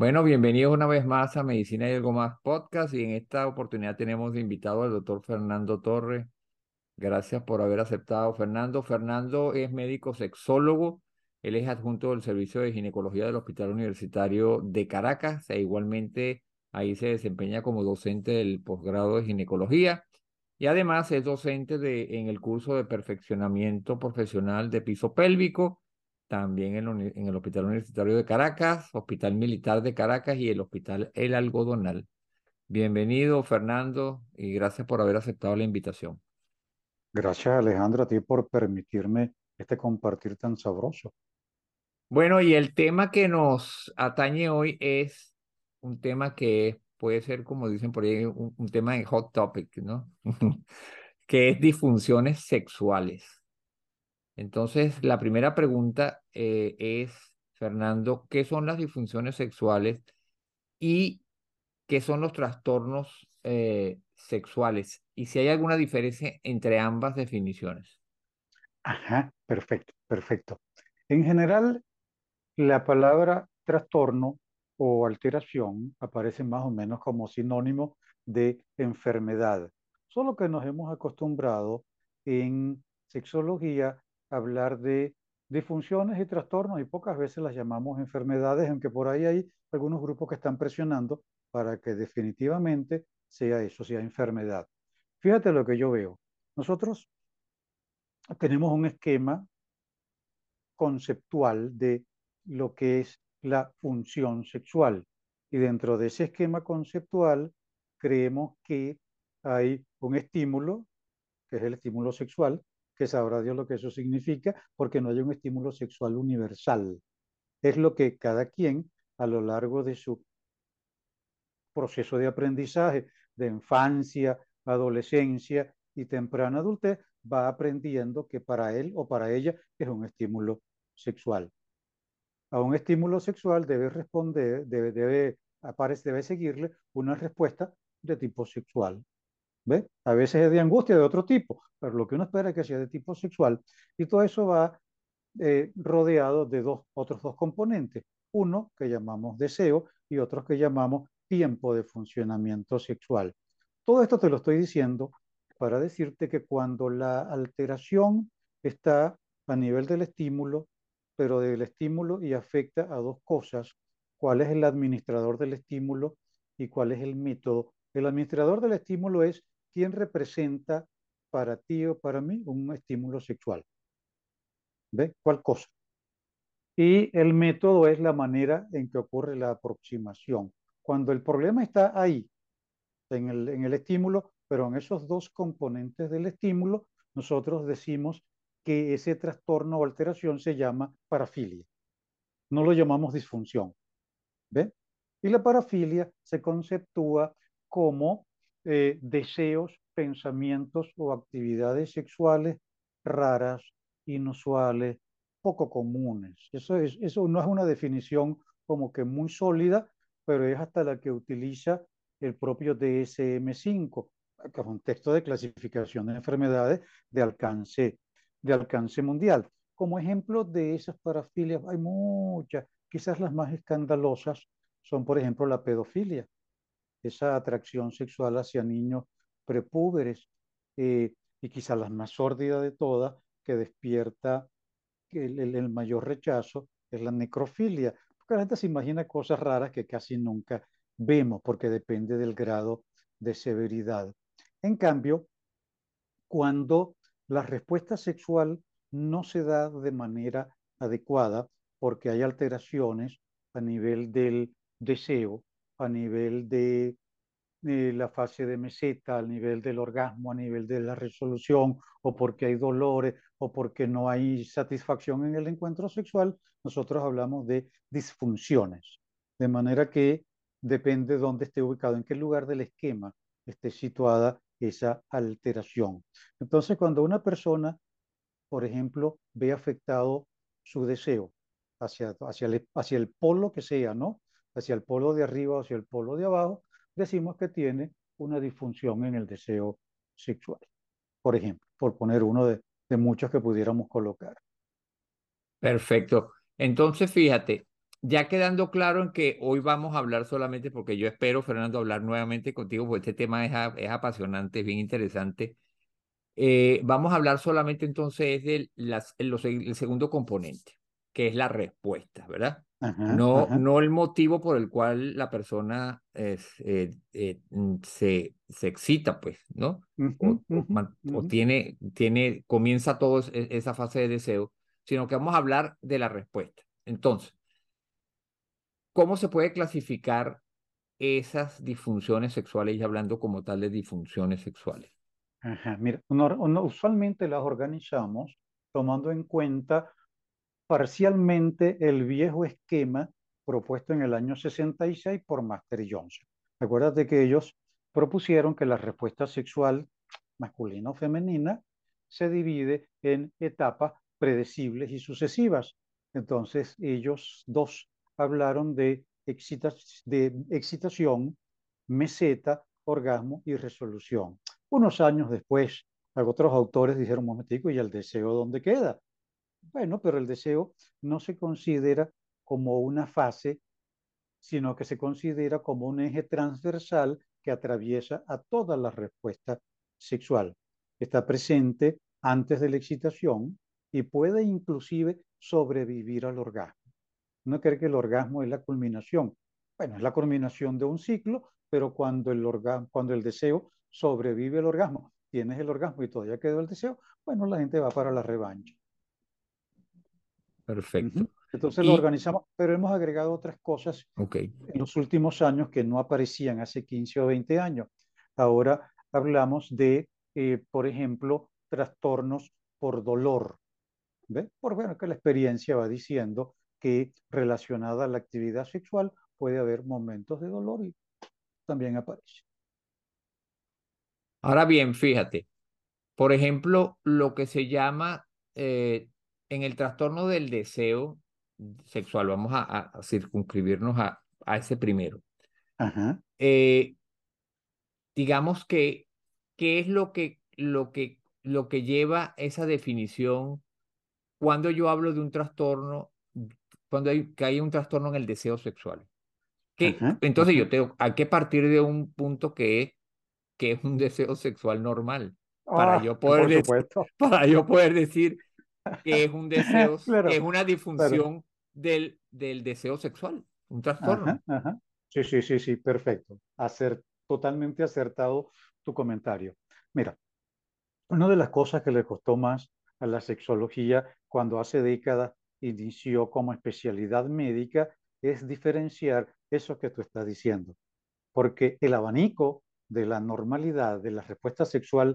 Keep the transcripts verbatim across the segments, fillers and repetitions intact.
Bueno, bienvenidos una vez más a Medicina y Algo Más Podcast y en esta oportunidad tenemos de invitado al doctor Fernando Torres. Gracias por haber aceptado, Fernando. Fernando es médico sexólogo, él es adjunto del Servicio de Ginecología del Hospital Universitario de Caracas e igualmente ahí se desempeña como docente del posgrado de ginecología y además es docente de, en el curso de perfeccionamiento profesional de piso pélvico, también en, la uni- en el Hospital Universitario de Caracas, Hospital Militar de Caracas y el Hospital El Algodonal. Bienvenido, Fernando, y gracias por haber aceptado la invitación. Gracias, Alejandra, a ti por permitirme este compartir tan sabroso. Bueno, y el tema que nos atañe hoy es un tema que puede ser, como dicen por ahí, un, un tema en hot topic, ¿no? Que es disfunciones sexuales. Entonces, la primera pregunta eh, es, Fernando, ¿qué son las disfunciones sexuales y qué son los trastornos eh, sexuales? Y si hay alguna diferencia entre ambas definiciones. Ajá, perfecto, perfecto. En general, la palabra trastorno o alteración aparece más o menos como sinónimo de enfermedad, solo que nos hemos acostumbrado en sexología a hablar de disfunciones y trastornos y pocas veces las llamamos enfermedades, aunque por ahí hay algunos grupos que están presionando para que definitivamente sea eso, sea enfermedad. Fíjate lo que yo veo. Nosotros tenemos un esquema conceptual de lo que es la función sexual. Y dentro de ese esquema conceptual, creemos que hay un estímulo, que es el estímulo sexual, que sabrá Dios lo que eso significa, porque no hay un estímulo sexual universal. Es lo que cada quien a lo largo de su proceso de aprendizaje, de infancia, adolescencia y temprana adultez, va aprendiendo que para él o para ella es un estímulo sexual. A un estímulo sexual debe responder, debe, debe, aparece, debe seguirle una respuesta de tipo sexual. ¿Ve? A veces es de angustia de otro tipo, pero lo que uno espera es que sea de tipo sexual. Y todo eso va eh, rodeado de dos, otros dos componentes. Uno que llamamos deseo y otro que llamamos tiempo de funcionamiento sexual. Todo esto te lo estoy diciendo para decirte que cuando la alteración está a nivel del estímulo, pero del estímulo y afecta a dos cosas, cuál es el administrador del estímulo y cuál es el método. El administrador del estímulo es quien representa para ti o para mí un estímulo sexual. ¿Ve? ¿Cuál cosa? Y el método es la manera en que ocurre la aproximación. Cuando el problema está ahí, en el, en el estímulo, pero en esos dos componentes del estímulo, nosotros decimos que ese trastorno o alteración se llama parafilia. No lo llamamos disfunción. ¿Ve? Y la parafilia se conceptúa como eh, deseos, pensamientos o actividades sexuales raras, inusuales, poco comunes. Eso, es, eso no es una definición como que muy sólida, pero es hasta la que utiliza el propio D S M cinco, que es un texto de clasificación de enfermedades de alcance, de alcance mundial. Como ejemplo de esas parafilias hay muchas. Quizás las más escandalosas son, por ejemplo, la pedofilia, esa atracción sexual hacia niños prepúberes, eh, y quizás la más sórdida de todas, que despierta el, el, el mayor rechazo, es la necrofilia. Porque la gente se imagina cosas raras que casi nunca vemos, porque depende del grado de severidad. En cambio, cuando la respuesta sexual no se da de manera adecuada porque hay alteraciones a nivel del deseo, a nivel de eh, la fase de meseta, a nivel del orgasmo, a nivel de la resolución, o porque hay dolores, o porque no hay satisfacción en el encuentro sexual, nosotros hablamos de disfunciones. De manera que depende de dónde esté ubicado, en qué lugar del esquema esté situada esa alteración. Entonces, cuando una persona, por ejemplo, ve afectado su deseo hacia, hacia, el, hacia el polo que sea, ¿no? Hacia el polo de arriba o hacia el polo de abajo, decimos que tiene una disfunción en el deseo sexual, por ejemplo, por poner uno de, de muchos que pudiéramos colocar. Perfecto. Entonces, fíjate. ya quedando claro en que hoy vamos a hablar solamente, porque yo espero, Fernando, hablar nuevamente contigo, porque este tema es, a- es apasionante, es bien interesante. Eh, vamos a hablar solamente entonces del las, el, los- el segundo componente, que es la respuesta, ¿verdad? Ajá, No, ajá. no el motivo por el cual la persona es, eh, eh, mm, se, se excita, pues, ¿no? Ujú, O, o ujú, man- o ujú. tiene, tiene, comienza todo es- esa fase de deseo, sino que vamos a hablar de la respuesta. Entonces, ¿cómo se puede clasificar esas disfunciones sexuales y hablando como tal de disfunciones sexuales? Ajá, mira, uno- uno- usualmente las organizamos tomando en cuenta parcialmente el viejo esquema propuesto en el año sesenta y seis por Master y Johnson. Acuérdate que ellos propusieron que la respuesta sexual masculina o femenina se divide en etapas predecibles y sucesivas. Entonces, ellos dos hablaron de, excita- de excitación, meseta, orgasmo y resolución. Unos años después, otros autores dijeron, un momentico, ¿y el deseo dónde queda? Bueno, pero el deseo no se considera como una fase, sino que se considera como un eje transversal que atraviesa a toda la respuesta sexual. Está presente antes de la excitación y puede inclusive sobrevivir al orgasmo. No cree que el orgasmo es la culminación. Bueno, es la culminación de un ciclo, pero cuando el, orgasmo, cuando el deseo sobrevive al orgasmo, tienes el orgasmo y todavía quedó el deseo, bueno, la gente va para la revancha. Ujú. Perfecto. Entonces lo Y, organizamos, pero hemos agregado otras cosas ok. en los últimos años que no aparecían hace quince o veinte años. Ahora hablamos de, eh, por ejemplo, trastornos por dolor. ¿Ve? Por bueno, que la experiencia va diciendo que relacionada a la actividad sexual puede haber momentos de dolor y también aparece. Ahora bien, fíjate, por ejemplo, lo que se llama eh, en el trastorno del deseo sexual, vamos a, a- a circunscribirnos a, a ese primero. Ajá, Eh, digamos que, ¿qué es lo que, lo que, lo que lleva esa definición cuando yo hablo de un trastorno, cuando hay, que hay un trastorno en el deseo sexual? Que, ajá, entonces ajá. yo tengo, hay que partir de un punto que es, que es un deseo sexual normal, para Ah, yo poder por decir, supuesto. para yo poder decir que es un deseo, que Claro, es una claro. disfunción del, del deseo sexual, un Ajá, trastorno. ajá. Sí, sí, sí, sí, perfecto. Acer- totalmente acertado tu comentario. Mira, una de las cosas que le costó más a la sexología cuando hace décadas inició como especialidad médica es diferenciar eso que tú estás diciendo, porque el abanico de la normalidad, de la respuesta sexual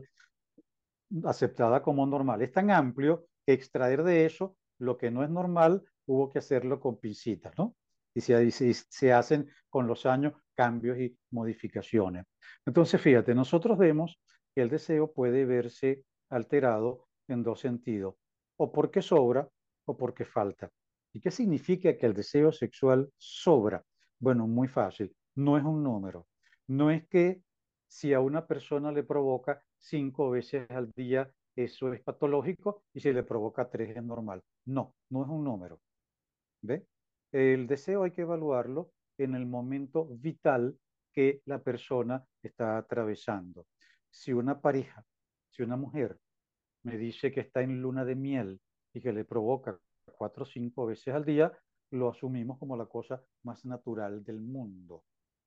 aceptada como normal es tan amplio que extraer de eso lo que no es normal hubo que hacerlo con pincitas, ¿no? Y se, se, se hacen con los años cambios y modificaciones. Entonces, fíjate, nosotros vemos que el deseo puede verse alterado en dos sentidos, o porque sobra o porque falta. ¿Y qué significa que el deseo sexual sobra? Bueno, muy fácil, no es un número. No es que si a una persona le provoca cinco veces al día, eso es patológico y si le provoca tres es normal. No, no es un número. ¿Ve? El deseo hay que evaluarlo en el momento vital que la persona está atravesando. Si una pareja, si una mujer me dice que está en luna de miel y que le provoca cuatro o cinco veces al día, lo asumimos como la cosa más natural del mundo.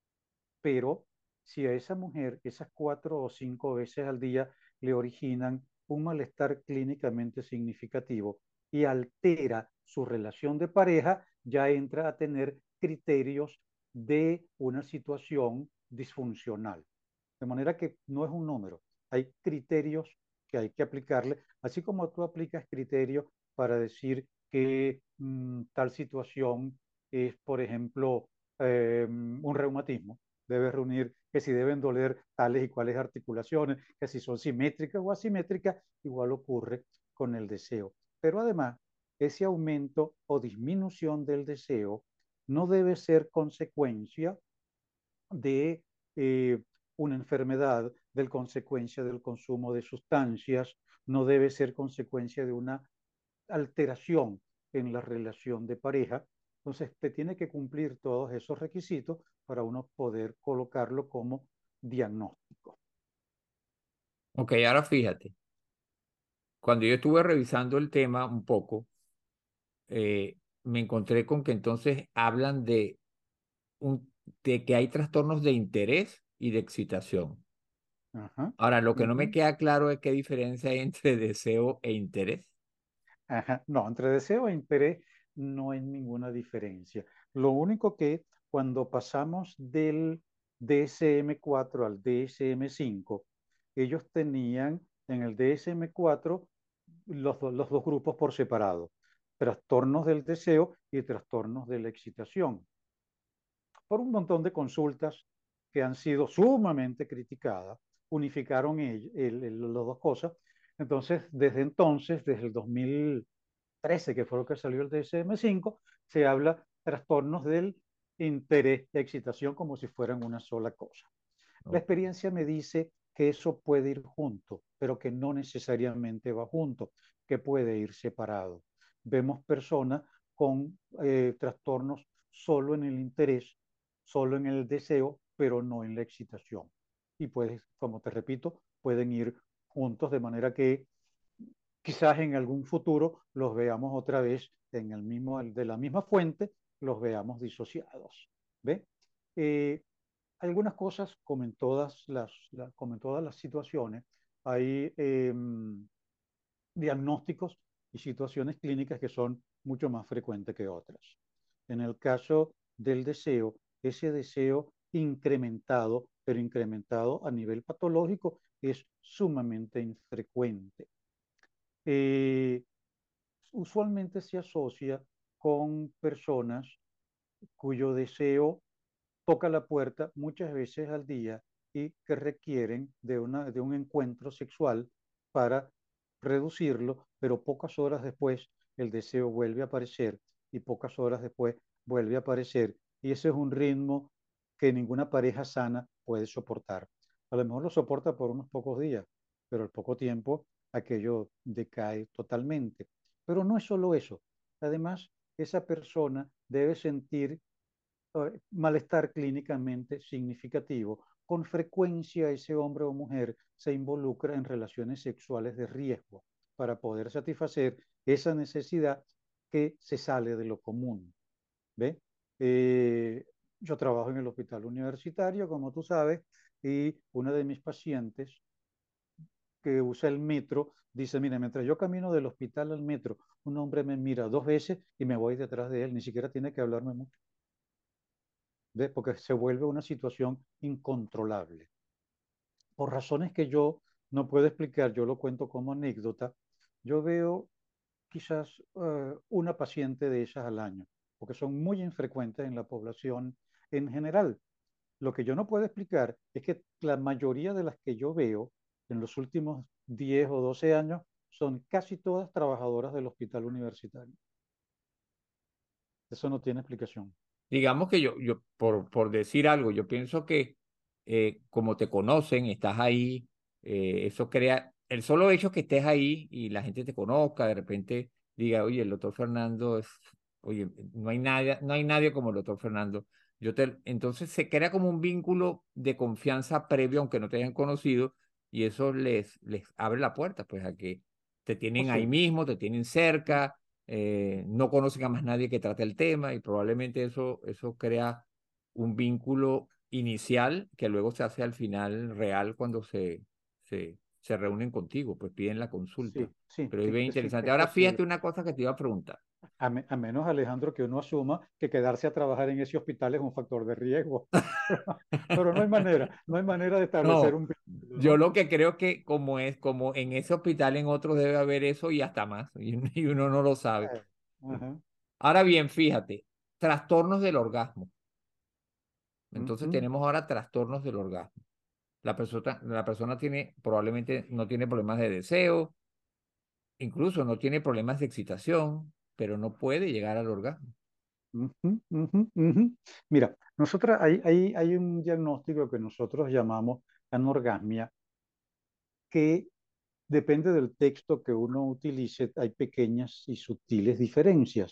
Pero si a esa mujer esas cuatro o cinco veces al día le originan un malestar clínicamente significativo y altera su relación de pareja, ya entra a tener criterios de una situación disfuncional. De manera que no es un número, hay criterios que hay que aplicarle, así como tú aplicas criterios para decir que mmm, tal situación es, por ejemplo, eh, un reumatismo. Debes reunir que si deben doler tales y cuales articulaciones, que si son simétricas o asimétricas, igual ocurre con el deseo. Pero además, ese aumento o disminución del deseo no debe ser consecuencia de eh, una enfermedad, de consecuencia del consumo de sustancias, no debe ser consecuencia de una alteración en la relación de pareja. Entonces, te tiene que cumplir todos esos requisitos para uno poder colocarlo como diagnóstico. Ok, ahora fíjate, cuando yo estuve revisando el tema un poco, eh, me encontré con que entonces hablan de, un, de que hay trastornos de interés y de excitación. Ajá, Ahora, lo que no me ujú, queda claro es qué diferencia hay entre deseo e interés. ajá. No, entre deseo e interés no hay ninguna diferencia. Lo único que cuando pasamos del D S M cuatro al D S M cinco, ellos tenían en el D S M cuatro los, do- los dos grupos por separado, trastornos del deseo y trastornos de la excitación. Por un montón de consultas que han sido sumamente criticadas, unificaron el, el, el, las dos cosas. Entonces, desde entonces, desde el dos mil trece, que fue lo que salió el D S M cinco, se habla trastornos del interés de excitación como si fueran una sola cosa. La Ok. experiencia me dice que eso puede ir junto, pero que no necesariamente va junto, que puede ir separado. Vemos personas con eh, trastornos solo en el interés, solo en el deseo, pero no en la excitación. Y puedes, como te repito, pueden ir juntos de manera que quizás en algún futuro los veamos otra vez en el mismo, de la misma fuente, los veamos disociados. ¿Ve? Eh, Algunas cosas, como en todas las, la, como en todas las situaciones, hay eh, diagnósticos y situaciones clínicas que son mucho más frecuentes que otras. En el caso del deseo, ese deseo incrementado, pero incrementado a nivel patológico, es sumamente infrecuente. Eh, Usualmente se asocia con personas cuyo deseo toca la puerta muchas veces al día y que requieren de, una, de un encuentro sexual para reducirlo, pero pocas horas después el deseo vuelve a aparecer y pocas horas después vuelve a aparecer. Y ese es un ritmo que ninguna pareja sana puede soportar. A lo mejor lo soporta por unos pocos días, pero al poco tiempo aquello decae totalmente. Pero no es solo eso. Además, esa persona debe sentir eh, malestar clínicamente significativo. Con frecuencia ese hombre o mujer se involucra en relaciones sexuales de riesgo para poder satisfacer esa necesidad que se sale de lo común. ¿Ve? Eh, yo trabajo en el hospital universitario, como tú sabes, y una de mis pacientes que usa el metro dice, mire, mientras yo camino del hospital al metro, un hombre me mira dos veces y me voy detrás de él, ni siquiera tiene que hablarme mucho. ¿Ve? Porque se vuelve una situación incontrolable. Por razones que yo no puedo explicar, yo lo cuento como anécdota, yo veo quizás uh, una paciente de esas al año, porque son muy infrecuentes en la población en general. Lo que yo no puedo explicar es que la mayoría de las que yo veo en los últimos diez o doce años son casi todas trabajadoras del hospital universitario. Eso no tiene explicación. Digamos que yo, yo por, por decir algo, yo pienso que eh, como te conocen, estás ahí, eh, eso crea, el solo hecho que estés ahí y la gente te conozca, de repente diga, oye, el doctor Fernando es, oye, no hay nadie, no hay nadie como el doctor Fernando. Yo te, entonces se crea como un vínculo de confianza previo, aunque no te hayan conocido, y eso les, les abre la puerta, pues, a que te ¿O tienen ahí sí? mismo, te tienen cerca, eh, no conocen a más nadie que trate el tema y probablemente eso, eso crea un vínculo inicial que luego se hace al final real cuando se, se, se reúnen contigo, pues piden la consulta. Sí, sí, Pero es sí, bien es, sí, interesante. es Ahora posible. fíjate una cosa que te iba a preguntar. A, me- a menos, Alejandro, que uno asuma que quedarse a trabajar en ese hospital es un factor de riesgo. Pero no hay manera, no hay manera de establecer No, un vínculo, yo ¿no? lo que creo que como es, como en ese hospital en otros debe haber eso y hasta más, y, y uno no lo sabe. Eh, ajá, Ahora bien, fíjate, trastornos del orgasmo. Entonces ujú, tenemos ahora trastornos del orgasmo. La persona, la persona tiene, probablemente no tiene problemas de deseo, incluso no tiene problemas de excitación, pero no puede llegar al orgasmo. ujú, ujú, ujú. Mira, nosotros hay, hay, hay un diagnóstico que nosotros llamamos anorgasmia, que depende del texto que uno utilice, hay pequeñas y sutiles diferencias.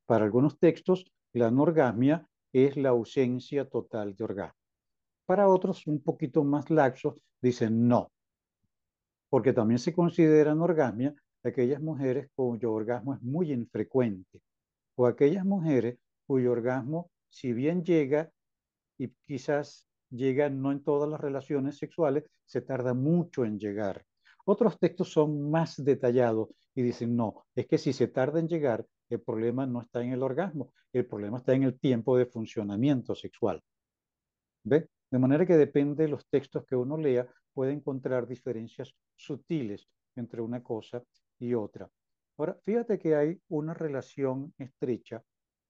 Para algunos textos, la anorgasmia es la ausencia total de orgasmo. Para otros, un poquito más laxos, dicen no, porque también se considera anorgasmia aquellas mujeres cuyo orgasmo es muy infrecuente o aquellas mujeres cuyo orgasmo, si bien llega y quizás llega no en todas las relaciones sexuales, se tarda mucho en llegar. Otros textos son más detallados y dicen, no, es que si se tarda en llegar, el problema no está en el orgasmo, el problema está en el tiempo de funcionamiento sexual. ¿Ve? De manera que depende de los textos que uno lea, puede encontrar diferencias sutiles entre una cosa y otra. Ahora, fíjate que hay una relación estrecha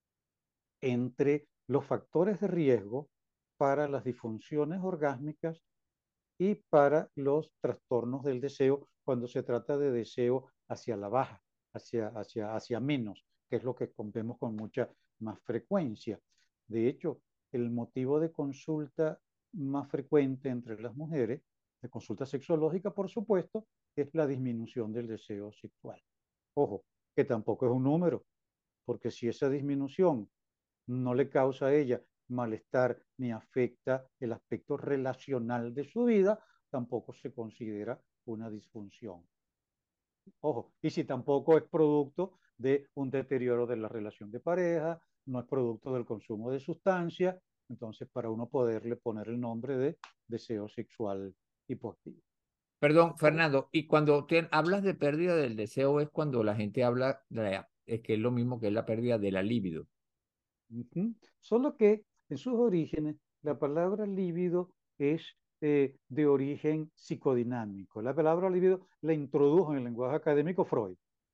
entre los factores de riesgo para las disfunciones orgásmicas y para los trastornos del deseo cuando se trata de deseo hacia la baja, hacia, hacia, hacia menos, que es lo que vemos con mucha más frecuencia. De hecho, el motivo de consulta más frecuente entre las mujeres, de consulta sexológica, por supuesto, es la disminución del deseo sexual. Ojo, que tampoco es un número, porque si esa disminución no le causa a ella malestar ni afecta el aspecto relacional de su vida, tampoco se considera una disfunción. Ojo, y si tampoco es producto de un deterioro de la relación de pareja, no es producto del consumo de sustancias, entonces para uno poderle poner el nombre de deseo sexual hipoactivo. Perdón, Fernando, y cuando te hablas de pérdida del deseo es cuando la gente habla de la- es que es lo mismo que es la pérdida de la libido. Ujú. Solo que en sus orígenes la palabra líbido es eh, de origen psicodinámico. La palabra líbido la introdujo en el lenguaje académico Freud,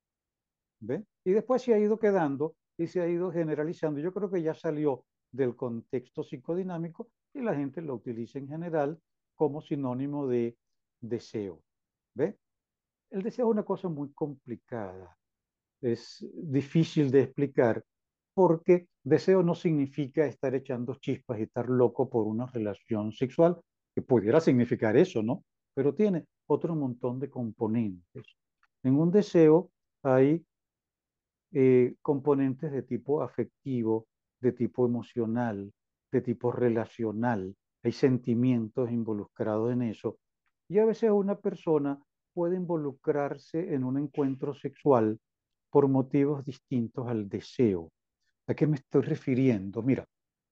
¿ve? Y después se ha ido quedando y se ha ido generalizando. Yo creo que ya salió del contexto psicodinámico y la gente lo utiliza en general como sinónimo de deseo, ¿ve? El deseo es una cosa muy complicada, es difícil de explicar porque deseo no significa estar echando chispas y estar loco por una relación sexual, que pudiera significar eso, ¿no? Pero tiene otro montón de componentes. En un deseo hay eh, componentes de tipo afectivo, de tipo emocional, de tipo relacional. Hay sentimientos involucrados en eso. Y a veces una persona puede involucrarse en un encuentro sexual por motivos distintos al deseo. ¿A qué me estoy refiriendo? Mira,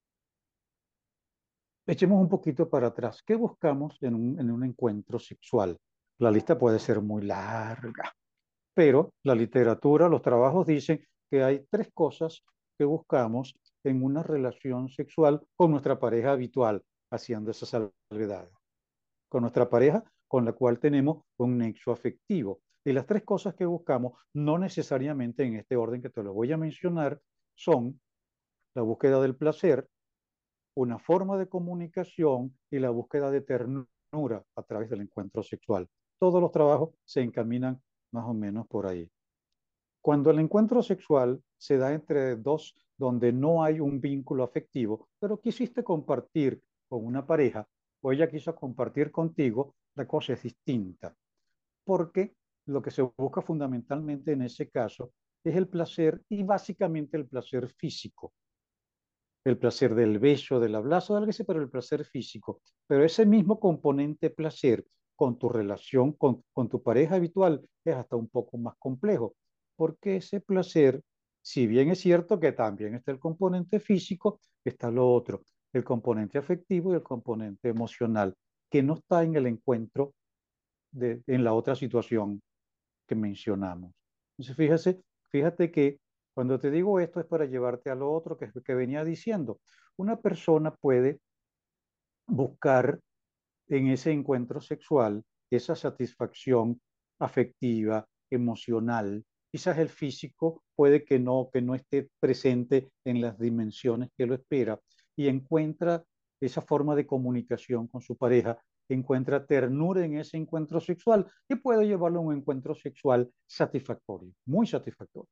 echemos un poquito para atrás. ¿Qué buscamos en un, en un encuentro sexual? La lista puede ser muy larga, pero la literatura, los trabajos dicen que hay tres cosas que buscamos en una relación sexual con nuestra pareja habitual, haciendo esa salvedad. Con nuestra pareja con la cual tenemos un nexo afectivo. Y las tres cosas que buscamos, no necesariamente en este orden que te lo voy a mencionar, son la búsqueda del placer, una forma de comunicación y la búsqueda de ternura a través del encuentro sexual. Todos los trabajos se encaminan más o menos por ahí. Cuando el encuentro sexual se da entre dos donde no hay un vínculo afectivo, pero quisiste compartir con una pareja o ella quiso compartir contigo, la cosa es distinta, porque lo que se busca fundamentalmente en ese caso es el placer y básicamente el placer físico, el placer del beso, del abrazo, del que sea, pero el placer físico. Pero ese mismo componente placer con tu relación, con, con tu pareja habitual, es hasta un poco más complejo, porque ese placer, si bien es cierto que también está el componente físico, está lo otro, el componente afectivo y el componente emocional, que no está en el encuentro de, en la otra situación que mencionamos. Entonces, fíjese, fíjate que cuando te digo esto es para llevarte a lo otro que, que venía diciendo. Una persona puede buscar en ese encuentro sexual esa satisfacción afectiva, emocional. Quizás el físico puede que no, que no esté presente en las dimensiones que lo espera y encuentra esa forma de comunicación con su pareja, encuentra ternura en ese encuentro sexual y puede llevarlo a un encuentro sexual satisfactorio, muy satisfactorio.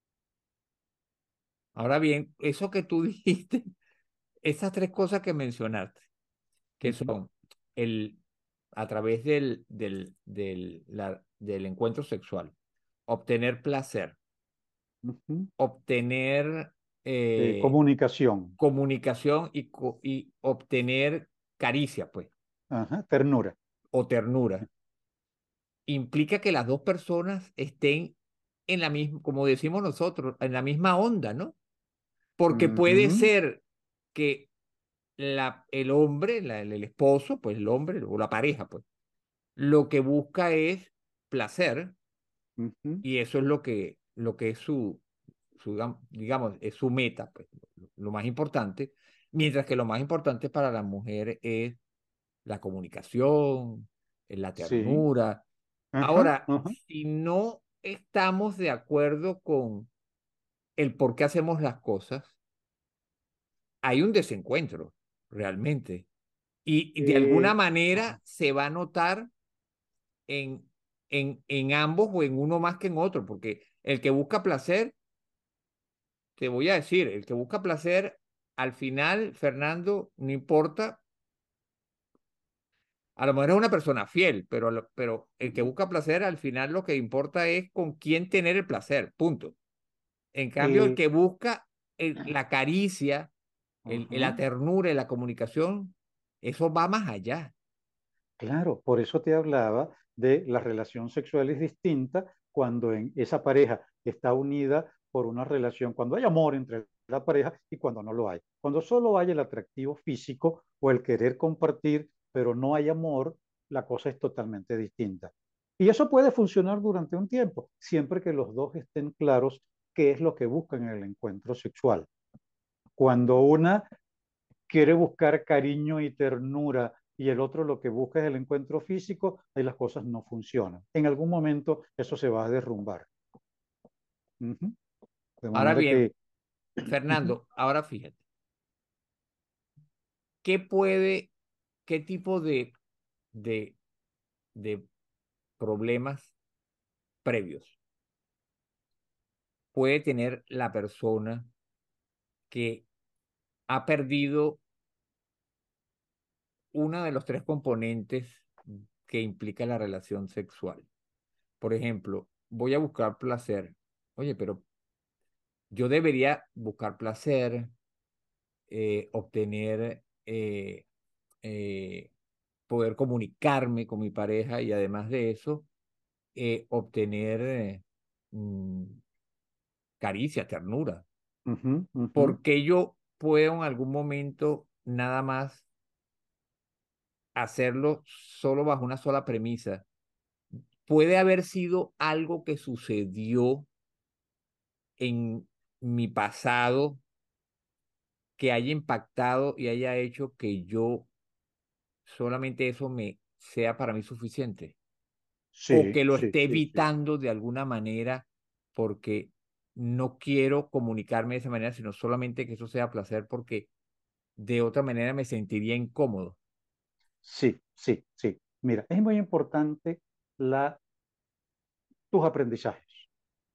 Ahora bien, eso que tú dijiste, esas tres cosas que mencionaste, que Uh -huh, son el, a través del, del, del, la- del encuentro sexual, obtener placer, uh -huh, obtener Eh, eh, comunicación, comunicación y, co- y obtener caricia, pues, ajá, ternura. o ternura. Implica que las dos personas estén en la misma, como decimos nosotros, en la misma onda, ¿no? Porque puede Ujú, ser que la, el hombre, la- el, el esposo, pues el hombre o la pareja, pues, lo que busca es placer ujú, y eso es lo que, lo que es su, su, digam- digamos, es su meta, pues, lo, lo más importante, mientras que lo más importante para la mujer es la comunicación, eh, la sí, ternura. ajá, Ahora, ajá. si no estamos de acuerdo con el por qué hacemos las cosas, hay un desencuentro, realmente. Y, y de alguna Eh, manera ajá. se va a notar en, en, en ambos o en uno más que en otro, porque el que busca placer, te voy a decir, el que busca placer, al final, Fernando, no importa, a lo mejor es una persona fiel, pero, lo- pero el que Ujú. busca placer, al final lo que importa es con quién tener el placer, punto. En cambio, el Eh, que busca el- la caricia, el, ajá. la ternura y la comunicación, eso va más allá. Claro, por eso te hablaba de la relación sexual es distinta cuando en esa pareja está unida por una relación, cuando hay amor entre la pareja y cuando no lo hay. Cuando solo hay el atractivo físico o el querer compartir, pero no hay amor, la cosa es totalmente distinta. Y eso puede funcionar durante un tiempo, siempre que los dos estén claros qué es lo que buscan en el encuentro sexual. Cuando una quiere buscar cariño y ternura y el otro lo que busca es el encuentro físico, ahí las cosas no funcionan. En algún momento eso se va a derrumbar. Ujú. De Ahora manera bien, que, ujú, Fernando, ahora fíjate, ¿qué puede, qué tipo de, de, de problemas previos puede tener la persona que ha perdido uno de los tres componentes que implica la relación sexual? Por ejemplo, voy a buscar placer. Oye, pero yo debería buscar placer, eh, obtener, eh, eh, poder comunicarme con mi pareja y además de eso, eh, obtener eh, mm, caricia, ternura. ujú, ujú. Porque yo puedo en algún momento nada más hacerlo solo bajo una sola premisa? Puede haber sido algo que sucedió en mi pasado que haya impactado y haya hecho que yo solamente eso me sea para mí suficiente, o Sí, que lo sí, esté sí, sí. evitando de alguna manera porque no quiero comunicarme de esa manera, sino solamente que eso sea placer porque de otra manera me sentiría incómodo. Sí, sí, sí. Mira, es muy importante la, tus aprendizajes.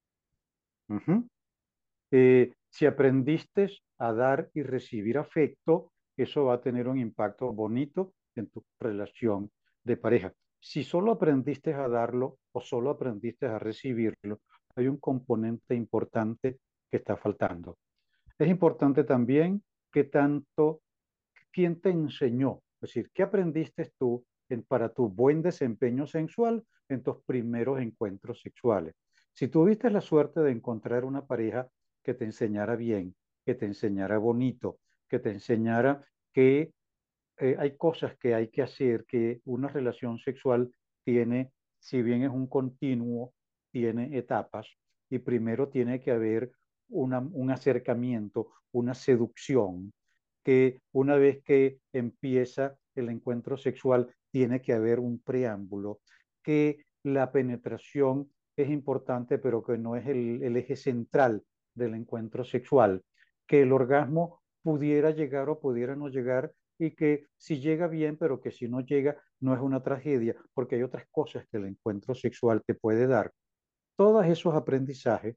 Ujú. Eh, si aprendiste a dar y recibir afecto, eso va a tener un impacto bonito en tu relación de pareja. Si solo aprendiste a darlo o solo aprendiste a recibirlo, hay un componente importante que está faltando. Es importante también que tanto quién te enseñó, es decir, qué aprendiste tú en, para tu buen desempeño sexual en tus primeros encuentros sexuales. Si tuviste la suerte de encontrar una pareja que te enseñara bien, que te enseñara bonito, que te enseñara que eh, hay cosas que hay que hacer, que una relación sexual tiene, si bien es un continuo, tiene etapas y primero tiene que haber una, un acercamiento, una seducción, que una vez que empieza el encuentro sexual tiene que haber un preámbulo, que la penetración es importante, pero que no es el, el eje central del encuentro sexual, que el orgasmo pudiera llegar o pudiera no llegar y que si llega bien, pero que si no llega no es una tragedia, porque hay otras cosas que el encuentro sexual te puede dar. Todos esos aprendizajes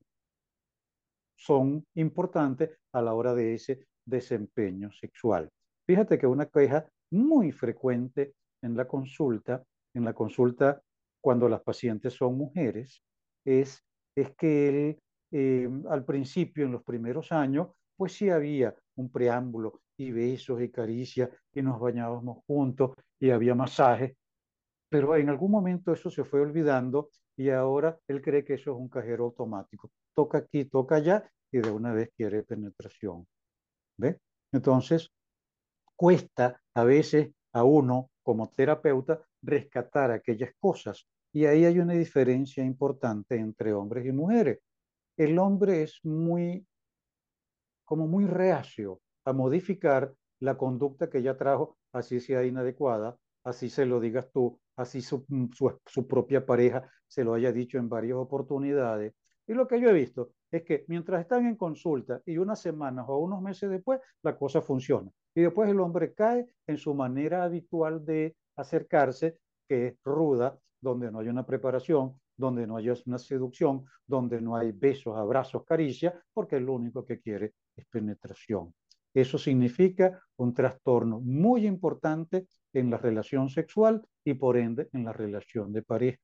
son importantes a la hora de ese desempeño sexual. Fíjate que una queja muy frecuente en la consulta, en la consulta cuando las pacientes son mujeres, es, es que él, eh, al principio, en los primeros años, pues sí había un preámbulo y besos y caricias y nos bañábamos juntos y había masajes, pero en algún momento eso se fue olvidando y ahora él cree que eso es un cajero automático. Toca aquí, toca allá y de una vez quiere penetración. ¿Ve? Entonces, cuesta a veces a uno como terapeuta rescatar aquellas cosas. Y ahí hay una diferencia importante entre hombres y mujeres. El hombre es muy como muy reacio a modificar la conducta que ya trajo, así sea inadecuada, así se lo digas tú, así su, su, su propia pareja se lo haya dicho en varias oportunidades. Y lo que yo he visto es que mientras están en consulta y unas semanas o unos meses después, la cosa funciona. Y después el hombre cae en su manera habitual de acercarse, que es ruda, donde no hay una preparación, donde no hay una seducción, donde no hay besos, abrazos, caricias, porque es lo único que quiere es penetración. Eso significa un trastorno muy importante en la relación sexual y por ende en la relación de pareja.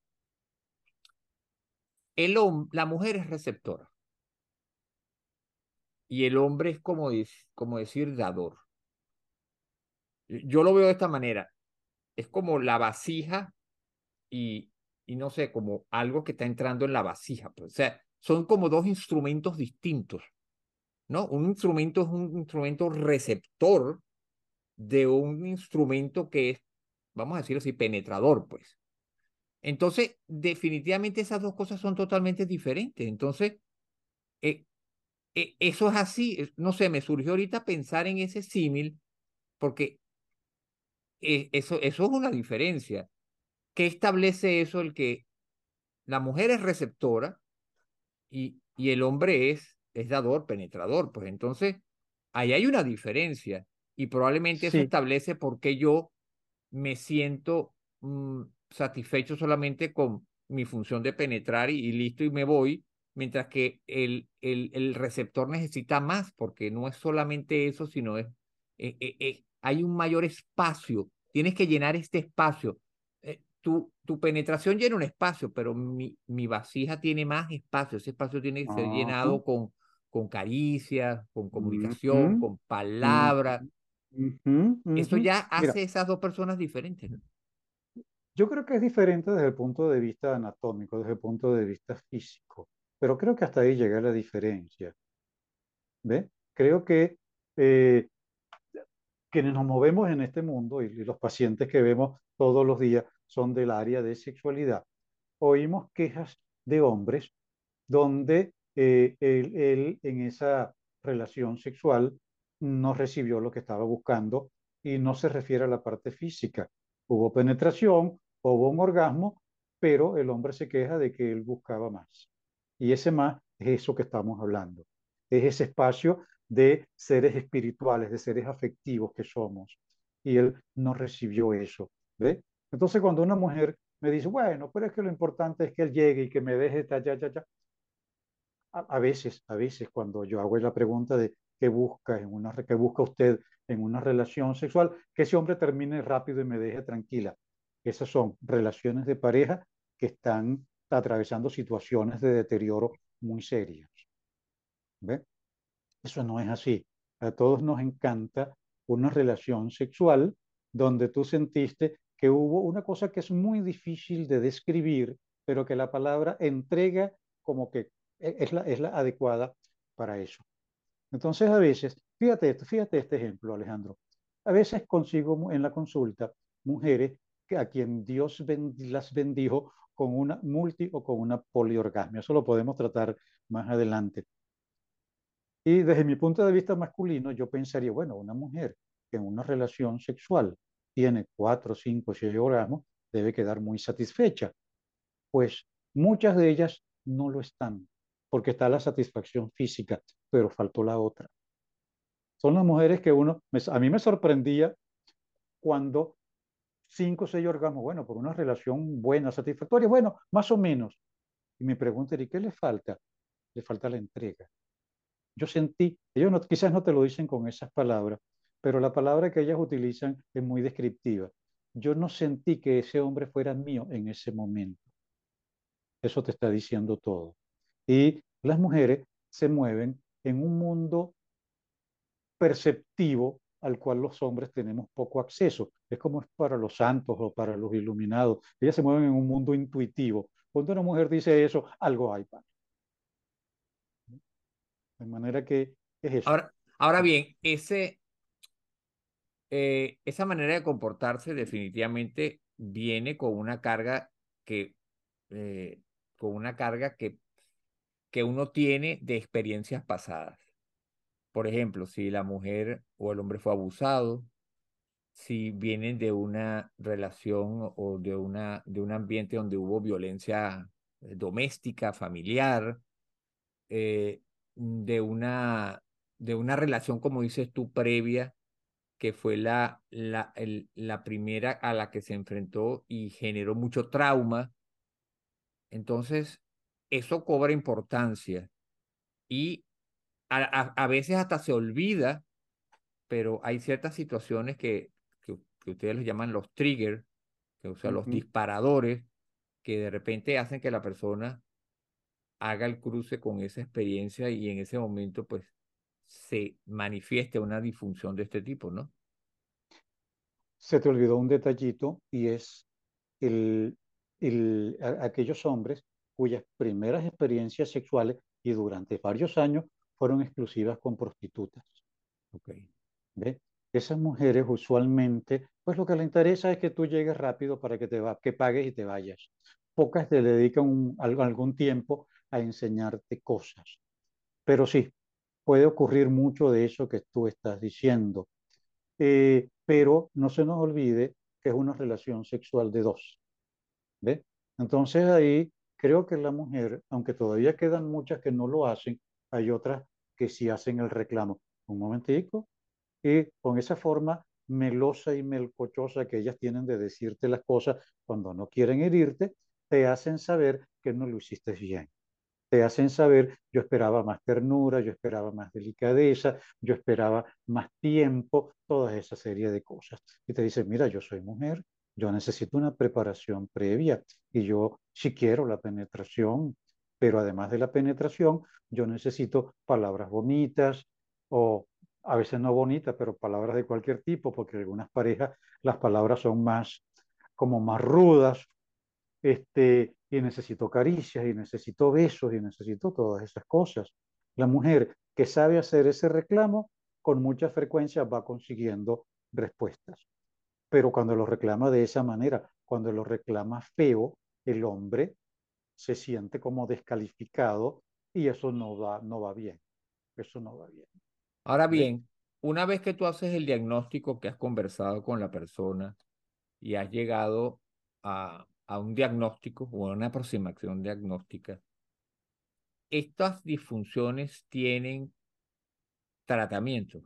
El, hom- la mujer es receptora y el hombre es como, dec- como decir dador. Yo lo veo de esta manera. Es como la vasija y, y no sé, como algo que está entrando en la vasija, pues. O sea, son como dos instrumentos distintos, ¿no? Un instrumento es un instrumento receptor de un instrumento que es, vamos a decir así, penetrador, pues. Entonces, definitivamente esas dos cosas son totalmente diferentes. Entonces, eh, eh, eso es así. Es- No sé, me surgió ahorita pensar en ese símil porque eh, eso, eso es una diferencia. ¿Qué establece eso? El que la mujer es receptora y, y el hombre es, es dador, penetrador. Pues entonces, ahí hay una diferencia y probablemente eso Sí, establece por qué yo me siento mm, satisfecho solamente con mi función de penetrar y, y listo y me voy, mientras que el, el, el receptor necesita más, porque no es solamente eso, sino es, eh, eh, eh, hay un mayor espacio, tienes que llenar este espacio. Eh, tu, tu penetración llena un espacio, pero mi, mi vasija tiene más espacio, ese espacio tiene que ser ajá, llenado con, con caricias, con comunicación, ujú, con palabras. ujú, ujú, Eso ujú. ya Mira, hace esas dos personas diferentes, ¿no? yo creo que es diferente desde el punto de vista anatómico, desde el punto de vista físico, pero creo que hasta ahí llega la diferencia. ¿Ve? Creo que eh, quienes nos movemos en este mundo y, y los pacientes que vemos todos los días son del área de sexualidad. Oímos quejas de hombres donde eh, él, él en esa relación sexual no recibió lo que estaba buscando y no se refiere a la parte física. Hubo penetración, hubo un orgasmo, pero el hombre se queja de que él buscaba más. Y ese más es eso que estamos hablando. Es ese espacio de seres espirituales, de seres afectivos que somos. Y él no recibió eso. ¿Ve? Entonces, cuando una mujer me dice, bueno, pero es que lo importante es que él llegue y que me deje, ya, ya, ya, ya. A, a veces, a veces, cuando yo hago la pregunta de qué busca, en una, qué busca usted en una relación sexual, que ese hombre termine rápido y me deje tranquila. Esas son relaciones de pareja que están atravesando situaciones de deterioro muy serias. ¿Ve? Eso no es así. A todos nos encanta una relación sexual donde tú sentiste que hubo una cosa que es muy difícil de describir, pero que la palabra entrega como que e- es la, es la adecuada para eso. Entonces, a veces, fíjate esto, fíjate este ejemplo, Alejandro. A veces consigo en la consulta mujeres que a quien Dios ben- las bendijo con una multi o con una poliorgasmia. Eso lo podemos tratar más adelante. Y desde mi punto de vista masculino, yo pensaría, bueno, una mujer que en una relación sexual tiene cuatro, cinco, seis orgasmos, debe quedar muy satisfecha. Pues muchas de ellas no lo están, porque está la satisfacción física, pero faltó la otra. Son las mujeres que uno, me- a mí me sorprendía cuando cinco o seis orgasmos, bueno, por una relación buena, satisfactoria, bueno, más o menos. Y mi pregunta era, ¿y qué le falta? Le falta la entrega. Yo sentí, ellos no, quizás no te lo dicen con esas palabras, pero la palabra que ellas utilizan es muy descriptiva. Yo no sentí que ese hombre fuera mío en ese momento. Eso te está diciendo todo. Y las mujeres se mueven en un mundo perceptivo al cual los hombres tenemos poco acceso. Es como es para los santos o para los iluminados. Ellas se mueven en un mundo intuitivo. Cuando una mujer dice eso, algo hay, pan. De manera que es eso. Ahora, ahora bien, ese, eh, esa manera de comportarse definitivamente viene con una carga que, eh, con una carga que, que uno tiene de experiencias pasadas. Por ejemplo, si la mujer o el hombre fue abusado, si vienen de una relación o de una, de un ambiente donde hubo violencia eh, doméstica, familiar, eh, de una, de una relación, como dices tú, previa, que fue la, la, el- la primera a la que se enfrentó y generó mucho trauma. Entonces, eso cobra importancia y a, a- a veces hasta se olvida, pero hay ciertas situaciones que, que, que ustedes los llaman los triggers, que o sea, los Ujú. disparadores, que de repente hacen que la persona haga el cruce con esa experiencia y en ese momento, pues, se manifieste una disfunción de este tipo, ¿no? Se te olvidó un detallito y es el, el, a- aquellos hombres cuyas primeras experiencias sexuales y durante varios años fueron exclusivas con prostitutas. Ok. ¿Ve? Esas mujeres usualmente, pues lo que les interesa es que tú llegues rápido para que te va, que pagues y te vayas. Pocas te dedican un- algo- algún tiempo a enseñarte cosas. Pero sí, puede ocurrir mucho de eso que tú estás diciendo. Eh, pero no se nos olvide que es una relación sexual de dos. ¿Ve? Entonces ahí creo que la mujer, aunque todavía quedan muchas que no lo hacen, hay otras que sí hacen el reclamo. Un momentico, y con esa forma melosa y melcochosa que ellas tienen de decirte las cosas cuando no quieren herirte, te hacen saber que no lo hiciste bien. Te hacen saber, yo esperaba más ternura, yo esperaba más delicadeza, yo esperaba más tiempo, toda esa serie de cosas. Y te dicen, mira, yo soy mujer, yo necesito una preparación previa y yo sí quiero la penetración, pero además de la penetración, yo necesito palabras bonitas o a veces no bonitas, pero palabras de cualquier tipo, porque en algunas parejas las palabras son más como más rudas, este, y necesito caricias, y necesito besos, y necesito todas esas cosas. La mujer que sabe hacer ese reclamo, con mucha frecuencia va consiguiendo respuestas. Pero cuando lo reclama de esa manera, cuando lo reclama feo, el hombre se siente como descalificado y eso no va, no va bien. Eso no va bien. Ahora ¿Ve? bien, una vez que tú haces el diagnóstico, que has conversado con la persona y has llegado a, a un diagnóstico o a una aproximación diagnóstica, estas disfunciones tienen tratamiento.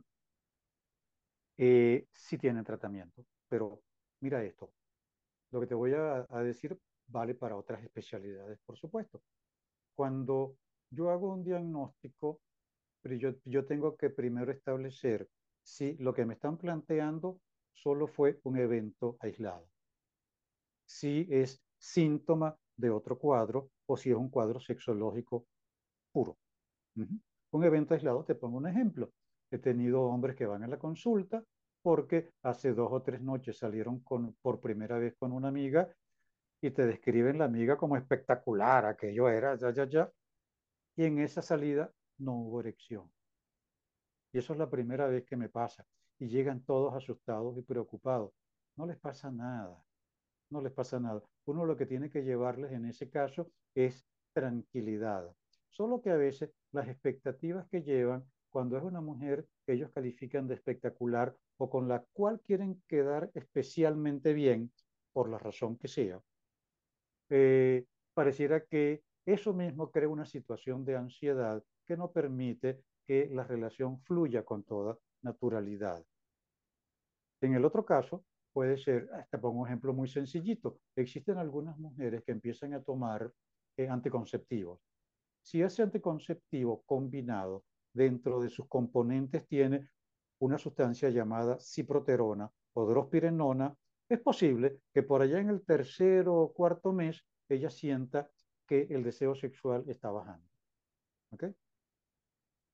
Eh, sí tienen tratamiento, pero mira esto, lo que te voy a, a decir vale para otras especialidades, por supuesto. Cuando yo hago un diagnóstico, pero yo, yo tengo que primero establecer si lo que me están planteando solo fue un evento aislado, si es síntoma de otro cuadro o si es un cuadro sexológico puro. Ujú. Un evento aislado, te pongo un ejemplo. He tenido hombres que van a la consulta porque hace dos o tres noches salieron con, por primera vez con una amiga y te describen la amiga como espectacular, aquello era, ya, ya, ya, y en esa salida no hubo erección. Y eso es la primera vez que me pasa. Y llegan todos asustados y preocupados. No les pasa nada, no les pasa nada. Uno lo que tiene que llevarles en ese caso es tranquilidad. Solo que a veces las expectativas que llevan cuando es una mujer que ellos califican de espectacular o con la cual quieren quedar especialmente bien, por la razón que sea, eh, pareciera que eso mismo crea una situación de ansiedad que no permite que la relación fluya con toda naturalidad. En el otro caso, puede ser, ah, te pongo un ejemplo muy sencillito, existen algunas mujeres que empiezan a tomar eh, anticonceptivos. Si ese anticonceptivo combinado dentro de sus componentes tiene una sustancia llamada ciproterona o drospirenona, es posible que por allá en el tercer o cuarto mes ella sienta que el deseo sexual está bajando. ¿Okay?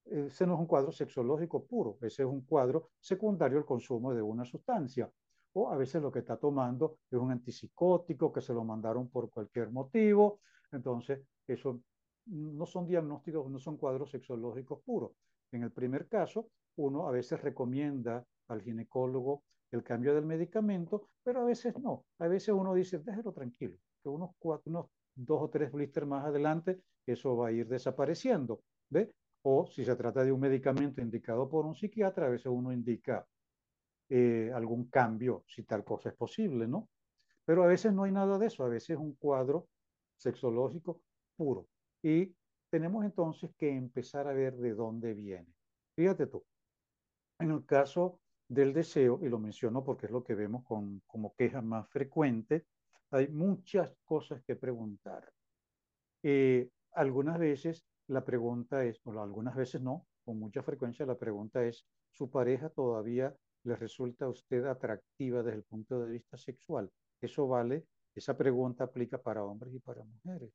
ese no es un cuadro sexológico puro, ese es un cuadro secundario al consumo de una sustancia. O a veces lo que está tomando es un antipsicótico que se lo mandaron por cualquier motivo. Entonces, eso no son diagnósticos, no son cuadros sexológicos puros. En el primer caso, uno a veces recomienda al ginecólogo el cambio del medicamento, pero a veces no. A veces uno dice, déjelo tranquilo, que unos, cuatro, unos dos o tres blisters más adelante, eso va a ir desapareciendo. ¿Ve? O si se trata de un medicamento indicado por un psiquiatra, a veces uno indica eh, algún cambio, si tal cosa es posible, ¿no? Pero a veces no hay nada de eso, a veces es un cuadro sexológico puro. Y tenemos entonces que empezar a ver de dónde viene. Fíjate tú, en el caso del deseo, y lo menciono porque es lo que vemos con, como queja más frecuente, hay muchas cosas que preguntar. Eh, algunas veces la pregunta es, o algunas veces no, con mucha frecuencia la pregunta es, ¿su pareja todavía le resulta a usted atractiva desde el punto de vista sexual? Eso vale, esa pregunta aplica para hombres y para mujeres.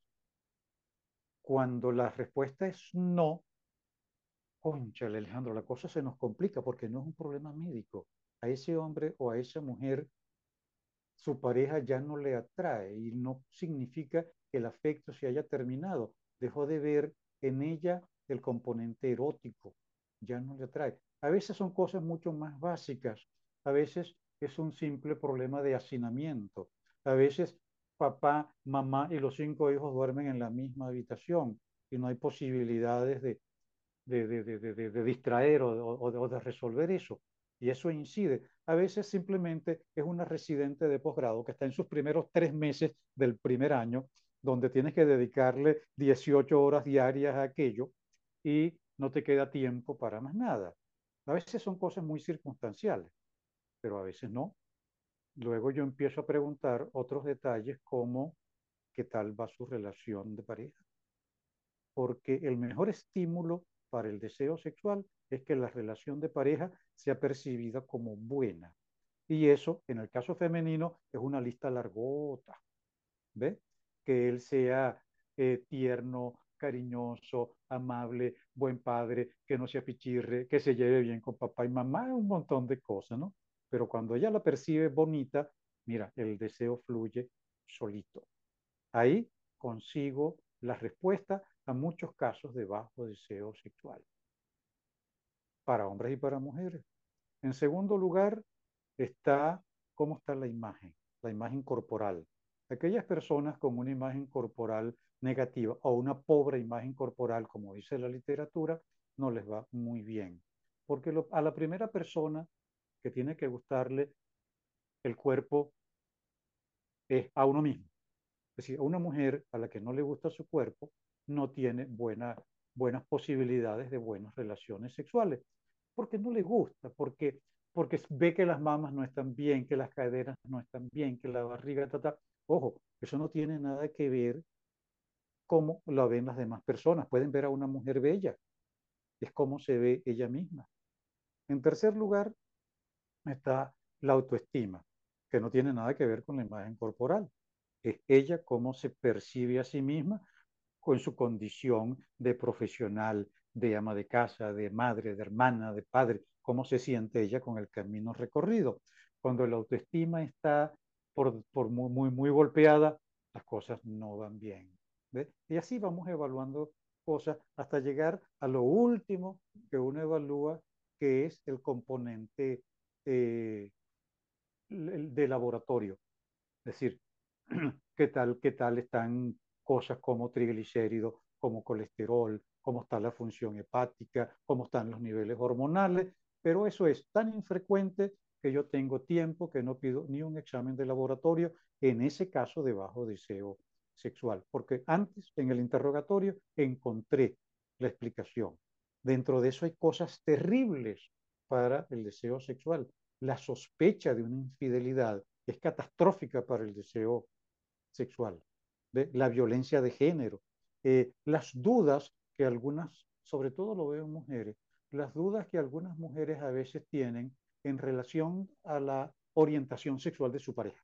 Cuando la respuesta es no, cónchale, Alejandro, la cosa se nos complica porque no es un problema médico. A ese hombre o a esa mujer su pareja ya no le atrae y no significa que el afecto se haya terminado. Dejó de ver en ella el componente erótico, ya no le atrae. A veces son cosas mucho más básicas, a veces es un simple problema de hacinamiento, a veces papá, mamá y los cinco hijos duermen en la misma habitación y no hay posibilidades de de, de, de, de, de distraer o, o, o, de resolver eso. Y eso incide. A veces simplemente es una residente de posgrado que está en sus primeros tres meses del primer año, donde tienes que dedicarle dieciocho horas diarias a aquello y no te queda tiempo para más nada. A veces son cosas muy circunstanciales, pero a veces no. Luego yo empiezo a preguntar otros detalles como qué tal va su relación de pareja, porque el mejor estímulo para el deseo sexual es que la relación de pareja sea percibida como buena. Y eso, en el caso femenino, es una lista largota, ¿ve? Que él sea eh, tierno, cariñoso, amable, buen padre, que no sea pichirre, que se lleve bien con papá y mamá, un montón de cosas, ¿no? Pero cuando ella la percibe bonita, mira, el deseo fluye solito. Ahí consigo la respuesta a muchos casos de bajo deseo sexual, para hombres y para mujeres. En segundo lugar, está cómo está la imagen, la imagen corporal. Aquellas personas con una imagen corporal negativa o una pobre imagen corporal, como dice la literatura, no les va muy bien. Porque lo, a la primera persona que tiene que gustarle el cuerpo es a uno mismo. Es decir, a una mujer a la que no le gusta su cuerpo no tiene buena, buenas posibilidades de buenas relaciones sexuales, porque no le gusta, porque, porque ve que las mamas no están bien, que las caderas no están bien, que la barriga está... Ta. Ojo, eso no tiene nada que ver cómo la ven las demás personas. Pueden ver a una mujer bella, es como se ve ella misma. En tercer lugar está la autoestima, que no tiene nada que ver con la imagen corporal. Es ella cómo se percibe a sí misma con su condición de profesional, de ama de casa, de madre, de hermana, de padre, cómo se siente ella con el camino recorrido. Cuando la autoestima está por, por muy, muy, muy golpeada, las cosas no van bien. ¿Ve? Y así vamos evaluando cosas hasta llegar a lo último que uno evalúa, que es el componente eh, de laboratorio. Es decir, qué tal, qué tal están cosas como triglicéridos, como colesterol, cómo está la función hepática, cómo están los niveles hormonales, pero eso es tan infrecuente que yo tengo tiempo que no pido ni un examen de laboratorio en ese caso de bajo deseo sexual, porque antes en el interrogatorio encontré la explicación. Dentro de eso hay cosas terribles para el deseo sexual. La sospecha de una infidelidad es catastrófica para el deseo sexual, ¿ve? La violencia de género, eh, las dudas que algunas, sobre todo lo veo en mujeres, las dudas que algunas mujeres a veces tienen en relación a la orientación sexual de su pareja.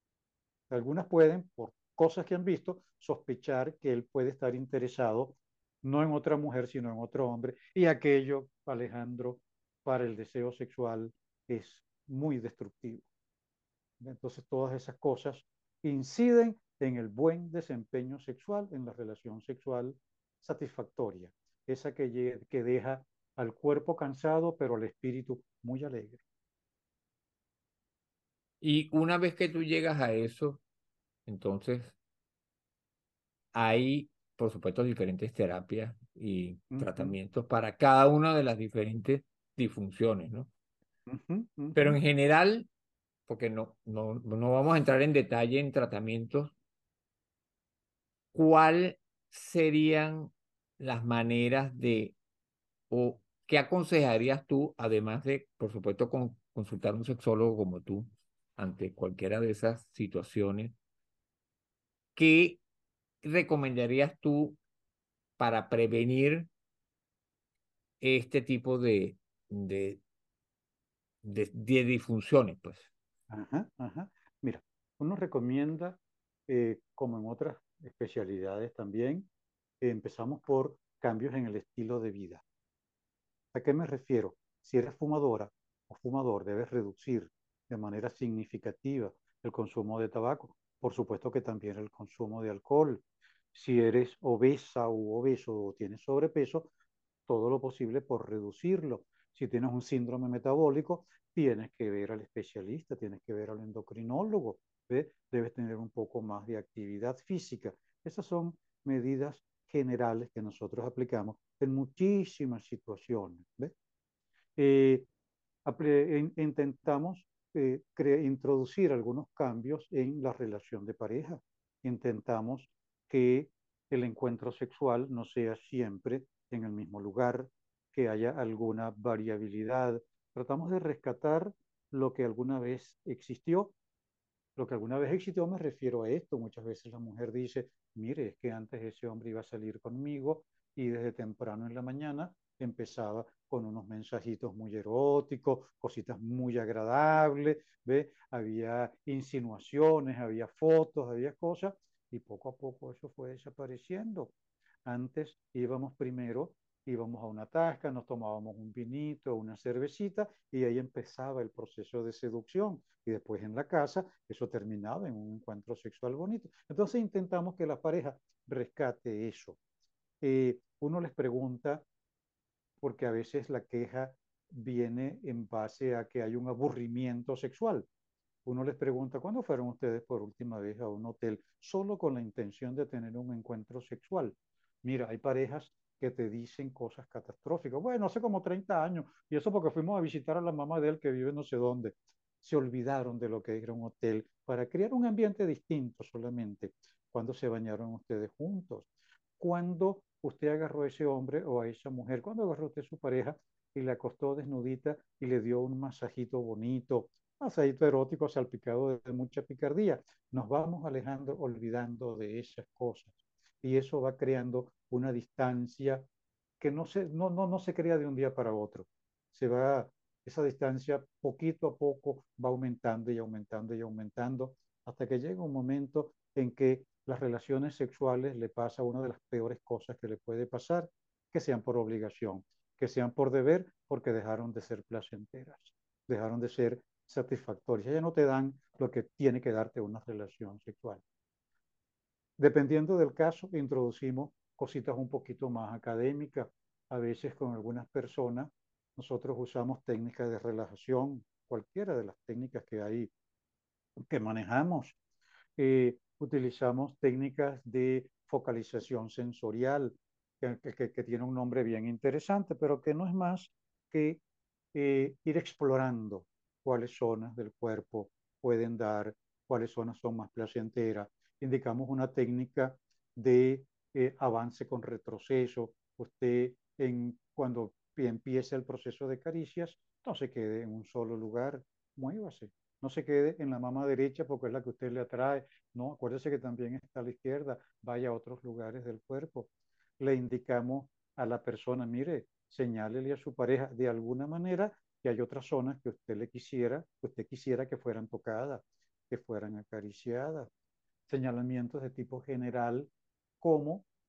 Algunas pueden, por cosas que han visto, sospechar que él puede estar interesado no en otra mujer, sino en otro hombre. Y aquello, Alejandro, para el deseo sexual es muy destructivo. Entonces, todas esas cosas inciden en el buen desempeño sexual, en la relación sexual satisfactoria, esa que, que deja al cuerpo cansado, pero al espíritu muy alegre. Y una vez que tú llegas a eso, entonces hay, por supuesto, diferentes terapias y Uh -huh, tratamientos para cada una de las diferentes disfunciones, ¿no? uh -huh, uh Pero -huh. en general, porque no, no, no vamos a entrar en detalle en tratamientos, ¿cuál serían las maneras de, o qué aconsejarías tú, además de, por supuesto, con, consultar a un sexólogo como tú, ante cualquiera de esas situaciones, qué recomendarías tú para prevenir este tipo de, de, de, de disfunciones, pues? Ajá, ajá. Mira, uno recomienda, eh, como en otras especialidades también, eh, empezamos por cambios en el estilo de vida. ¿A qué me refiero? Si eres fumadora o fumador, debes reducir de manera significativa el consumo de tabaco. Por supuesto que también el consumo de alcohol. Si eres obesa u obeso o tienes sobrepeso, todo lo posible por reducirlo. Si tienes un síndrome metabólico, tienes que ver al especialista, tienes que ver al endocrinólogo, ¿ve? Debes tener un poco más de actividad física. Esas son medidas generales que nosotros aplicamos en muchísimas situaciones, ¿ve? Eh, intentamos eh, introducir algunos cambios en la relación de pareja. Intentamos que el encuentro sexual no sea siempre en el mismo lugar, que haya alguna variabilidad. Tratamos de rescatar lo que alguna vez existió. Lo que alguna vez existió, me refiero a esto. Muchas veces la mujer dice, mire, es que antes ese hombre iba a salir conmigo y desde temprano en la mañana empezaba con unos mensajitos muy eróticos, cositas muy agradables, ¿ve? Había insinuaciones, había fotos, había cosas, y poco a poco eso fue desapareciendo. Antes íbamos primero, íbamos a una tasca, nos tomábamos un vinito, una cervecita, y ahí empezaba el proceso de seducción. Y después en la casa, eso terminaba en un encuentro sexual bonito. Entonces intentamos que la pareja rescate eso. Eh, uno les pregunta, porque a veces la queja viene en base a que hay un aburrimiento sexual. Uno les pregunta, ¿cuándo fueron ustedes por última vez a un hotel solo con la intención de tener un encuentro sexual? Mira, hay parejas que te dicen cosas catastróficas. Bueno, hace como treinta años, y eso porque fuimos a visitar a la mamá de él que vive no sé dónde. Se olvidaron de lo que era un hotel para crear un ambiente distinto solamente. Cuando se bañaron ustedes juntos, cuando usted agarró a ese hombre o a esa mujer, cuando agarró usted a su pareja y le acostó desnudita y le dio un masajito bonito, masajito erótico salpicado de mucha picardía. Nos vamos alejando, olvidando de esas cosas. Y eso va creando una distancia que no se, no, no, no se crea de un día para otro. Se va, esa distancia poquito a poco va aumentando y aumentando y aumentando hasta que llega un momento en que las relaciones sexuales le pasa una de las peores cosas que le puede pasar, que sean por obligación, que sean por deber, porque dejaron de ser placenteras, dejaron de ser satisfactorias. Ya no te dan lo que tiene que darte una relación sexual. Dependiendo del caso, introducimos cositas un poquito más académicas. A veces con algunas personas nosotros usamos técnicas de relajación, cualquiera de las técnicas que hay que manejamos. Eh, utilizamos técnicas de focalización sensorial, que, que, que, tiene un nombre bien interesante, pero que no es más que eh, ir explorando cuáles zonas del cuerpo pueden dar, cuáles zonas son más placenteras. Indicamos una técnica de eh, avance con retroceso. Usted, en, cuando empiece el proceso de caricias, no se quede en un solo lugar, muévase. No se quede en la mama derecha porque es la que usted le atrae. No, acuérdese que también está a la izquierda. Vaya a otros lugares del cuerpo. Le indicamos a la persona, mire, señálele a su pareja de alguna manera que hay otras zonas que usted le quisiera, que usted quisiera que fueran tocadas, que fueran acariciadas. Señalamientos de tipo general, como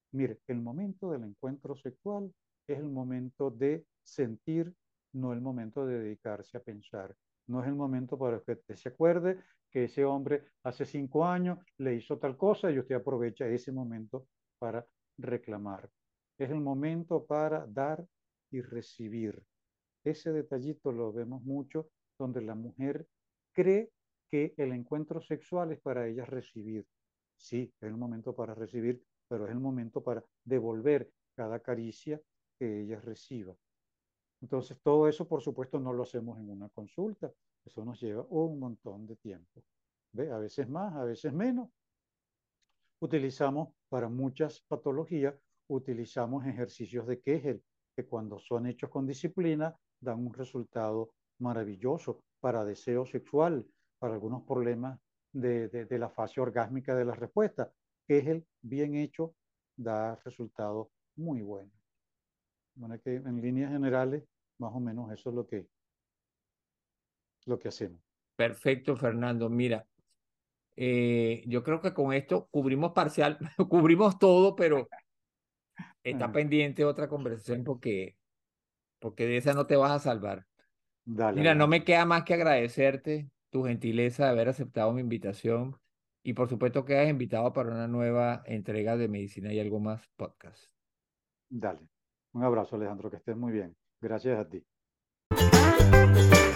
Mire, el momento del encuentro sexual es el momento de sentir, no el momento de dedicarse a pensar. No es el momento para que usted se acuerde que ese hombre hace cinco años le hizo tal cosa y usted aprovecha ese momento para reclamar. Es el momento para dar y recibir. Ese detallito lo vemos mucho donde la mujer cree que el encuentro sexual es para ella recibir. Sí, es el momento para recibir, pero es el momento para devolver cada caricia que ella reciba. Entonces, todo eso, por supuesto, no lo hacemos en una consulta. Eso nos lleva un montón de tiempo. ¿Ve? A veces más, a veces menos. Utilizamos para muchas patologías, utilizamos ejercicios de Kegel, que cuando son hechos con disciplina dan un resultado maravilloso para deseo sexual, para algunos problemas de, de, de la fase orgásmica de la respuesta. Kegel bien hecho da resultados muy buenos. Bueno, que en líneas generales, más o menos eso es lo que, lo que hacemos. Perfecto, Fernando. Mira, eh, yo creo que con esto cubrimos parcial, cubrimos todo, pero está pendiente otra conversación porque, porque de esa no te vas a salvar. Dale, Mira, no me Alejandro. queda más que agradecerte tu gentileza de haber aceptado mi invitación y por supuesto que has invitado para una nueva entrega de Medicina y algo más podcast. Dale. Un abrazo, Alejandro, que estés muy bien. Gracias a ti.